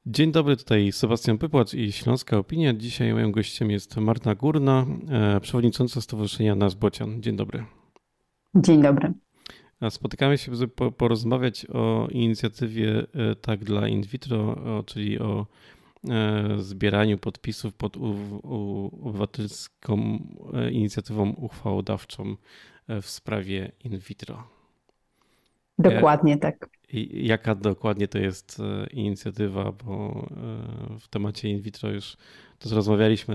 Dzień dobry, tutaj Sebastian Pypłacz i Śląska Opinia. Dzisiaj moim gościem jest Marta Górna, przewodnicząca Stowarzyszenia Nasz Bocian. Dzień dobry. Dzień dobry. Spotykamy się, żeby porozmawiać o inicjatywie Tak dla in vitro, czyli o zbieraniu podpisów pod obywatelską inicjatywą uchwałodawczą w sprawie in vitro. Dokładnie tak. I jaka dokładnie to jest inicjatywa, bo w temacie in vitro już to rozmawialiśmy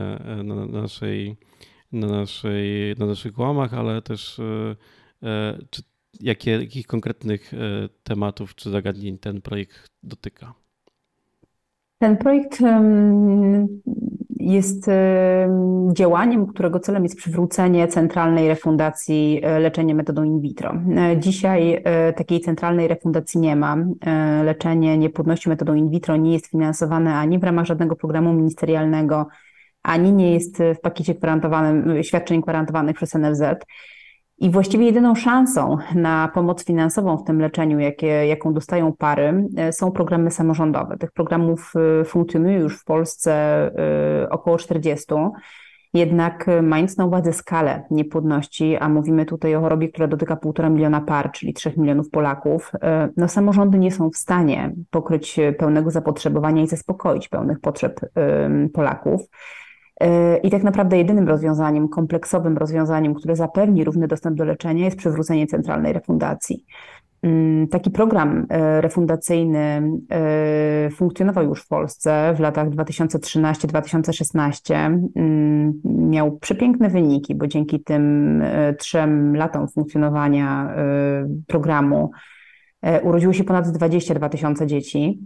na naszych łamach, ale też czy jakich konkretnych tematów czy zagadnień ten projekt dotyka? Ten projekt jest działaniem, którego celem jest przywrócenie centralnej refundacji leczenia metodą in vitro. Dzisiaj takiej centralnej refundacji nie ma. Leczenie niepłodności metodą in vitro nie jest finansowane ani w ramach żadnego programu ministerialnego, ani nie jest w pakiecie świadczeń gwarantowanych przez NFZ. I właściwie jedyną szansą na pomoc finansową w tym leczeniu, jaką dostają pary, są programy samorządowe. Tych programów funkcjonuje już w Polsce około 40. Jednak mając na uwadze skalę niepłodności, a mówimy tutaj o chorobie, która dotyka 1,5 miliona par, czyli 3 milionów Polaków, no samorządy nie są w stanie pokryć pełnego zapotrzebowania i zaspokoić pełnych potrzeb Polaków. I tak naprawdę jedynym rozwiązaniem, kompleksowym rozwiązaniem, które zapewni równy dostęp do leczenia, jest przywrócenie centralnej refundacji. Taki program refundacyjny funkcjonował już w Polsce w latach 2013-2016. Miał przepiękne wyniki, bo dzięki tym 3 latom funkcjonowania programu urodziło się ponad 22 tysiące dzieci.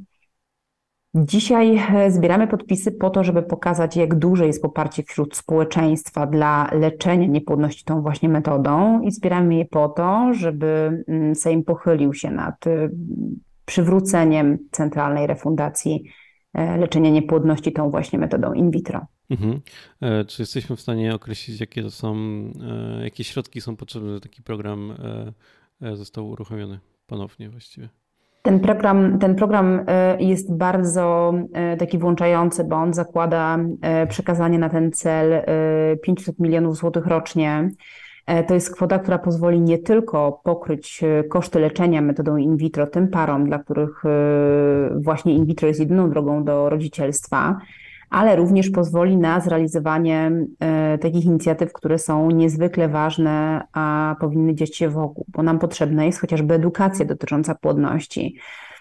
Dzisiaj zbieramy podpisy po to, żeby pokazać, jak duże jest poparcie wśród społeczeństwa dla leczenia niepłodności tą właśnie metodą i zbieramy je po to, żeby Sejm pochylił się nad przywróceniem centralnej refundacji leczenia niepłodności tą właśnie metodą in vitro. Mhm. Czy jesteśmy w stanie określić, jakie środki są potrzebne, żeby taki program został uruchomiony ponownie właściwie? Ten program jest bardzo taki włączający, bo on zakłada przekazanie na ten cel 500 milionów złotych rocznie. To jest kwota, która pozwoli nie tylko pokryć koszty leczenia metodą in vitro tym parom, dla których właśnie in vitro jest jedyną drogą do rodzicielstwa, ale również pozwoli na zrealizowanie takich inicjatyw, które są niezwykle ważne, a powinny dziać się wokół, bo nam potrzebna jest chociażby edukacja dotycząca płodności.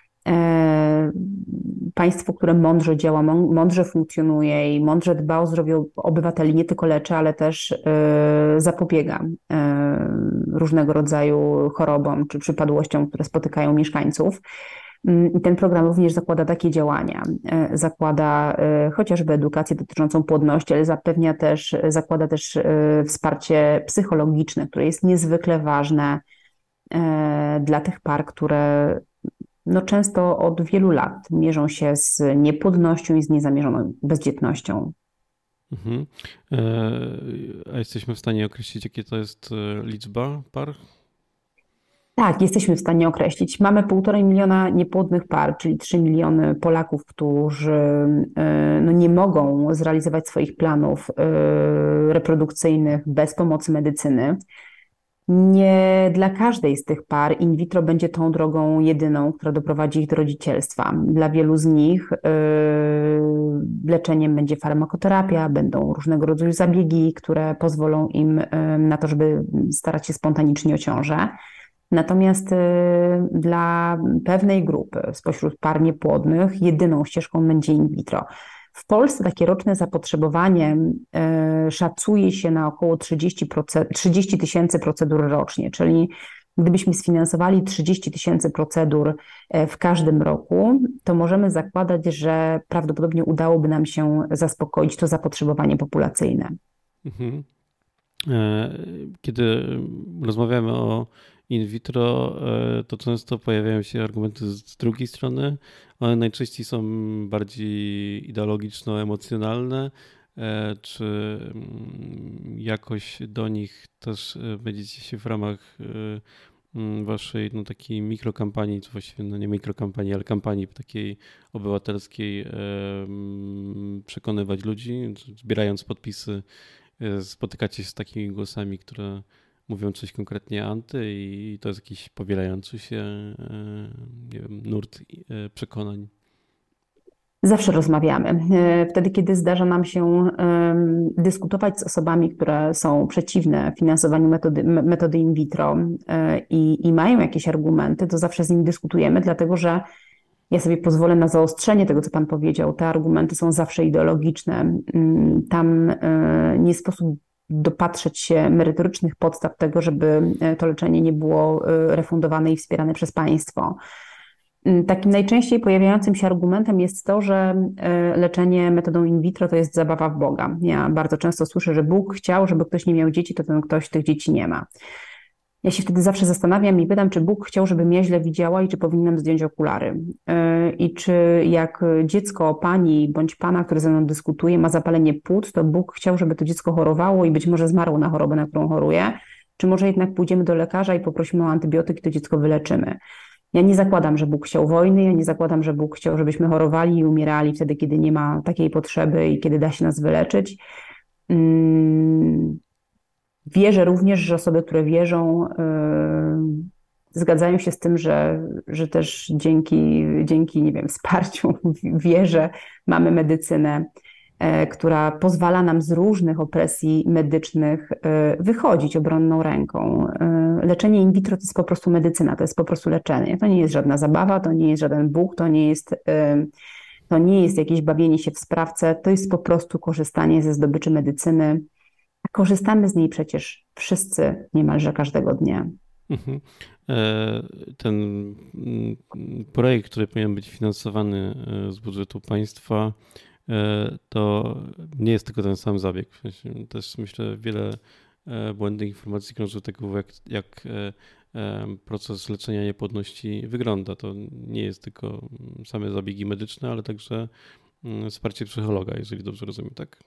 Państwo, które mądrze działa, mądrze funkcjonuje i mądrze dba o zdrowie obywateli, nie tylko leczy, ale też zapobiega różnego rodzaju chorobom czy przypadłościom, które spotykają mieszkańców. I ten program również zakłada takie działania. Zakłada chociażby edukację dotyczącą płodności, ale zakłada też wsparcie psychologiczne, które jest niezwykle ważne dla tych par, które no często od wielu lat mierzą się z niepłodnością i z niezamierzoną bezdzietnością. Mhm. A jesteśmy w stanie określić, jakie to jest liczba par? Tak, jesteśmy w stanie określić. Mamy 1,5 miliona niepłodnych par, czyli 3 miliony Polaków, którzy no, nie mogą zrealizować swoich planów reprodukcyjnych bez pomocy medycyny. Nie dla każdej z tych par in vitro będzie tą drogą jedyną, która doprowadzi ich do rodzicielstwa. Dla wielu z nich leczeniem będzie farmakoterapia, będą różnego rodzaju zabiegi, które pozwolą im na to, żeby starać się spontanicznie o ciążę. Natomiast dla pewnej grupy spośród par niepłodnych jedyną ścieżką będzie in vitro. W Polsce takie roczne zapotrzebowanie szacuje się na około 30 tysięcy procedur rocznie, czyli gdybyśmy sfinansowali 30 tysięcy procedur w każdym roku, to możemy zakładać, że prawdopodobnie udałoby nam się zaspokoić to zapotrzebowanie populacyjne. Mhm. Kiedy rozmawiamy o in vitro, to często pojawiają się argumenty z drugiej strony. One najczęściej są bardziej ideologiczno-emocjonalne. Czy jakoś do nich też będziecie się w ramach waszej no, takiej mikrokampanii, czy właściwie no nie mikrokampanii, ale kampanii takiej obywatelskiej przekonywać ludzi, zbierając podpisy, spotykacie się z takimi głosami, które mówią coś konkretnie anty i to jest jakiś powielający się nie wiem, nurt przekonań. Zawsze rozmawiamy. Wtedy, kiedy zdarza nam się dyskutować z osobami, które są przeciwne finansowaniu metody in vitro i mają jakieś argumenty, to zawsze z nimi dyskutujemy, dlatego że ja sobie pozwolę na zaostrzenie tego, co Pan powiedział. Te argumenty są zawsze ideologiczne. Tam nie sposób dopatrzeć się merytorycznych podstaw tego, żeby to leczenie nie było refundowane i wspierane przez państwo. Takim najczęściej pojawiającym się argumentem jest to, że leczenie metodą in vitro to jest zabawa w Boga. Ja bardzo często słyszę, że Bóg chciał, żeby ktoś nie miał dzieci, to ten ktoś tych dzieci nie ma. Ja się wtedy zawsze zastanawiam i pytam, czy Bóg chciał, żebym ja źle widziała i czy powinnam zdjąć okulary. I czy jak dziecko pani bądź pana, który ze mną dyskutuje, ma zapalenie płuc, to Bóg chciał, żeby to dziecko chorowało i być może zmarło na chorobę, na którą choruje, czy może jednak pójdziemy do lekarza i poprosimy o antybiotyk i to dziecko wyleczymy. Ja nie zakładam, że Bóg chciał wojny, ja nie zakładam, że Bóg chciał, żebyśmy chorowali i umierali wtedy, kiedy nie ma takiej potrzeby i kiedy da się nas wyleczyć. Wierzę również, że osoby, które wierzą, zgadzają się z tym, że też dzięki, nie wiem, wsparciu, wierze mamy medycynę, która pozwala nam z różnych opresji medycznych wychodzić obronną ręką. Leczenie in vitro to jest po prostu medycyna, to jest po prostu leczenie. To nie jest żadna zabawa, to nie jest żaden Bóg, to nie jest jakieś bawienie się w sprawce, to jest po prostu korzystanie ze zdobyczy medycyny. Korzystamy z niej przecież wszyscy niemalże każdego dnia. Ten projekt, który powinien być finansowany z budżetu państwa, to nie jest tylko ten sam zabieg. Też myślę, wiele błędnych informacji krąży do tego, jak proces leczenia niepłodności wygląda. To nie jest tylko same zabiegi medyczne, ale także wsparcie psychologa, jeżeli dobrze rozumiem, tak?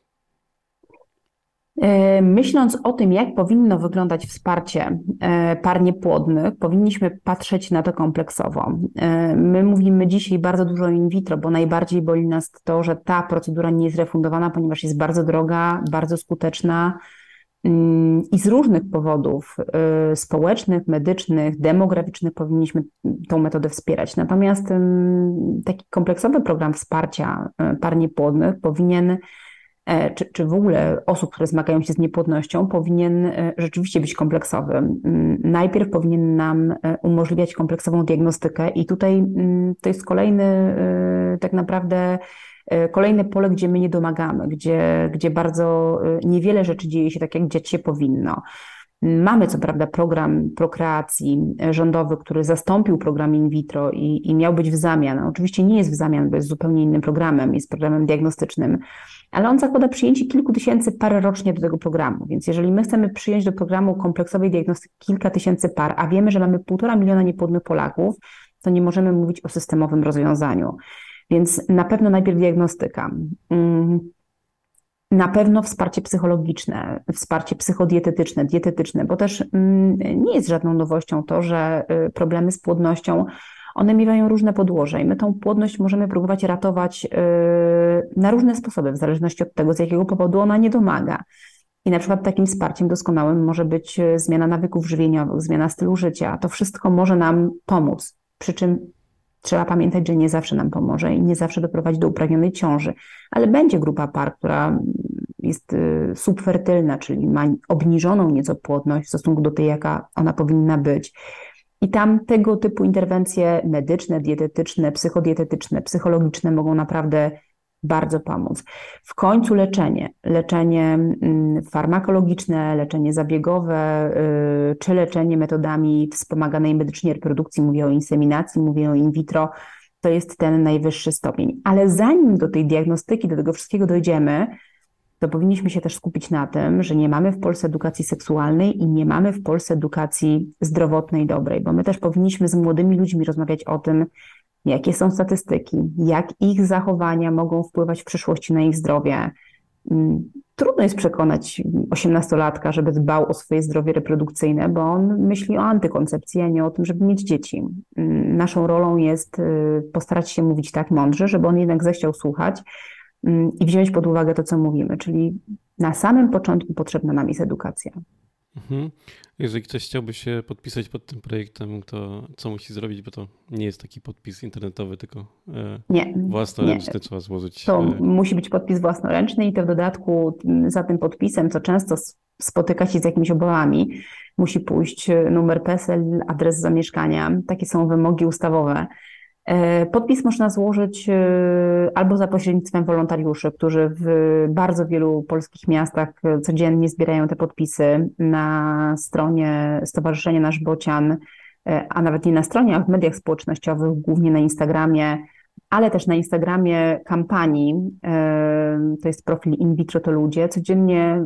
Myśląc o tym, jak powinno wyglądać wsparcie par niepłodnych, powinniśmy patrzeć na to kompleksowo. My mówimy dzisiaj bardzo dużo o in vitro, bo najbardziej boli nas to, że ta procedura nie jest refundowana, ponieważ jest bardzo droga, bardzo skuteczna i z różnych powodów społecznych, medycznych, demograficznych powinniśmy tą metodę wspierać. Natomiast taki kompleksowy program wsparcia par niepłodnych powinien czy w ogóle osób, które zmagają się z niepłodnością, powinien rzeczywiście być kompleksowy. Najpierw powinien nam umożliwiać kompleksową diagnostykę i tutaj to jest tak naprawdę kolejne pole, gdzie my nie domagamy, gdzie bardzo niewiele rzeczy dzieje się tak, jak dziać się powinno. Mamy co prawda program prokreacji rządowy, który zastąpił program in vitro i miał być w zamian. Oczywiście nie jest w zamian, bo jest zupełnie innym programem, jest programem diagnostycznym, ale on zakłada przyjęcie kilku tysięcy par rocznie do tego programu. Więc jeżeli my chcemy przyjąć do programu kompleksowej diagnostyki kilka tysięcy par, a wiemy, że mamy 1,5 miliona niepłodnych Polaków, to nie możemy mówić o systemowym rozwiązaniu. Więc na pewno najpierw diagnostyka. Na pewno wsparcie psychologiczne, wsparcie psychodietetyczne, dietetyczne, bo też nie jest żadną nowością to, że problemy z płodnością, one miewają różne podłoże i my tą płodność możemy próbować ratować na różne sposoby, w zależności od tego, z jakiego powodu ona nie domaga. I na przykład takim wsparciem doskonałym może być zmiana nawyków żywieniowych, zmiana stylu życia. To wszystko może nam pomóc, przy czym trzeba pamiętać, że nie zawsze nam pomoże i nie zawsze doprowadzi do upragnionej ciąży, ale będzie grupa par, która jest subfertylna, czyli ma obniżoną nieco płodność w stosunku do tej, jaka ona powinna być. I tam tego typu interwencje medyczne, dietetyczne, psychodietetyczne, psychologiczne mogą naprawdę bardzo pomóc. W końcu leczenie farmakologiczne, leczenie zabiegowe, czy leczenie metodami wspomaganej medycznie reprodukcji, mówię o inseminacji, mówię o in vitro, to jest ten najwyższy stopień. Ale zanim do tej diagnostyki, do tego wszystkiego dojdziemy, to powinniśmy się też skupić na tym, że nie mamy w Polsce edukacji seksualnej i nie mamy w Polsce edukacji zdrowotnej dobrej, bo my też powinniśmy z młodymi ludźmi rozmawiać o tym, jakie są statystyki, jak ich zachowania mogą wpływać w przyszłości na ich zdrowie, Trudno jest przekonać 18-latka, żeby dbał o swoje zdrowie reprodukcyjne, bo on myśli o antykoncepcji, a nie o tym, żeby mieć dzieci. Naszą rolą jest postarać się mówić tak mądrze, żeby on jednak zechciał słuchać i wziąć pod uwagę to, co mówimy. Czyli na samym początku potrzebna nam jest edukacja. Mhm. Jeżeli ktoś chciałby się podpisać pod tym projektem, to co musi zrobić, bo to nie jest taki podpis internetowy, tylko Nie, nie. własnoręczny trzeba złożyć. To musi być podpis własnoręczny i to w dodatku za tym podpisem, co często spotyka się z jakimiś obawami, musi pójść numer PESEL, adres zamieszkania. Takie są wymogi ustawowe. Podpis można złożyć albo za pośrednictwem wolontariuszy, którzy w bardzo wielu polskich miastach codziennie zbierają te podpisy na stronie Stowarzyszenia Nasz Bocian, a nawet nie na stronie, a w mediach społecznościowych, głównie na Instagramie, ale też na Instagramie kampanii, to jest profil In Vitro to Ludzie, codziennie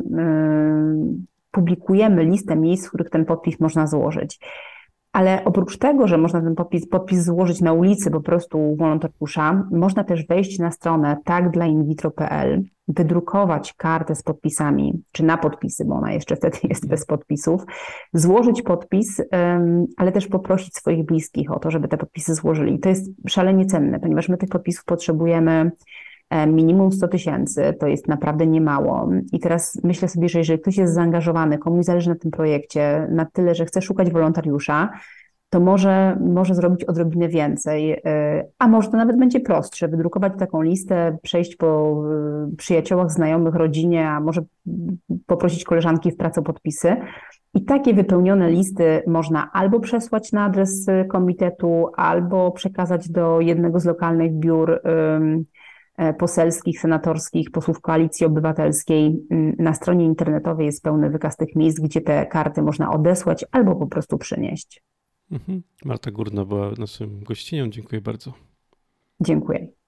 publikujemy listę miejsc, w których ten podpis można złożyć. Ale oprócz tego, że można ten podpis złożyć na ulicy po prostu u wolontariusza, można też wejść na stronę tagdlainvitro.pl, wydrukować kartę z podpisami, czy na podpisy, bo ona jeszcze wtedy jest bez podpisów, złożyć podpis, ale też poprosić swoich bliskich o to, żeby te podpisy złożyli. I to jest szalenie cenne, ponieważ my tych podpisów potrzebujemy minimum 100 000, to jest naprawdę niemało. I teraz myślę sobie, że jeżeli ktoś jest zaangażowany, komuś zależy na tym projekcie, na tyle, że chce szukać wolontariusza, to może zrobić odrobinę więcej, a może to nawet będzie prostsze, wydrukować taką listę, przejść po przyjaciołach, znajomych, rodzinie, a może poprosić koleżanki w pracy o podpisy. I takie wypełnione listy można albo przesłać na adres komitetu, albo przekazać do jednego z lokalnych biur poselskich, senatorskich, posłów Koalicji Obywatelskiej. Na stronie internetowej jest pełny wykaz tych miejsc, gdzie te karty można odesłać albo po prostu przynieść. Marta Górna była naszym gościnią. Dziękuję bardzo. Dziękuję.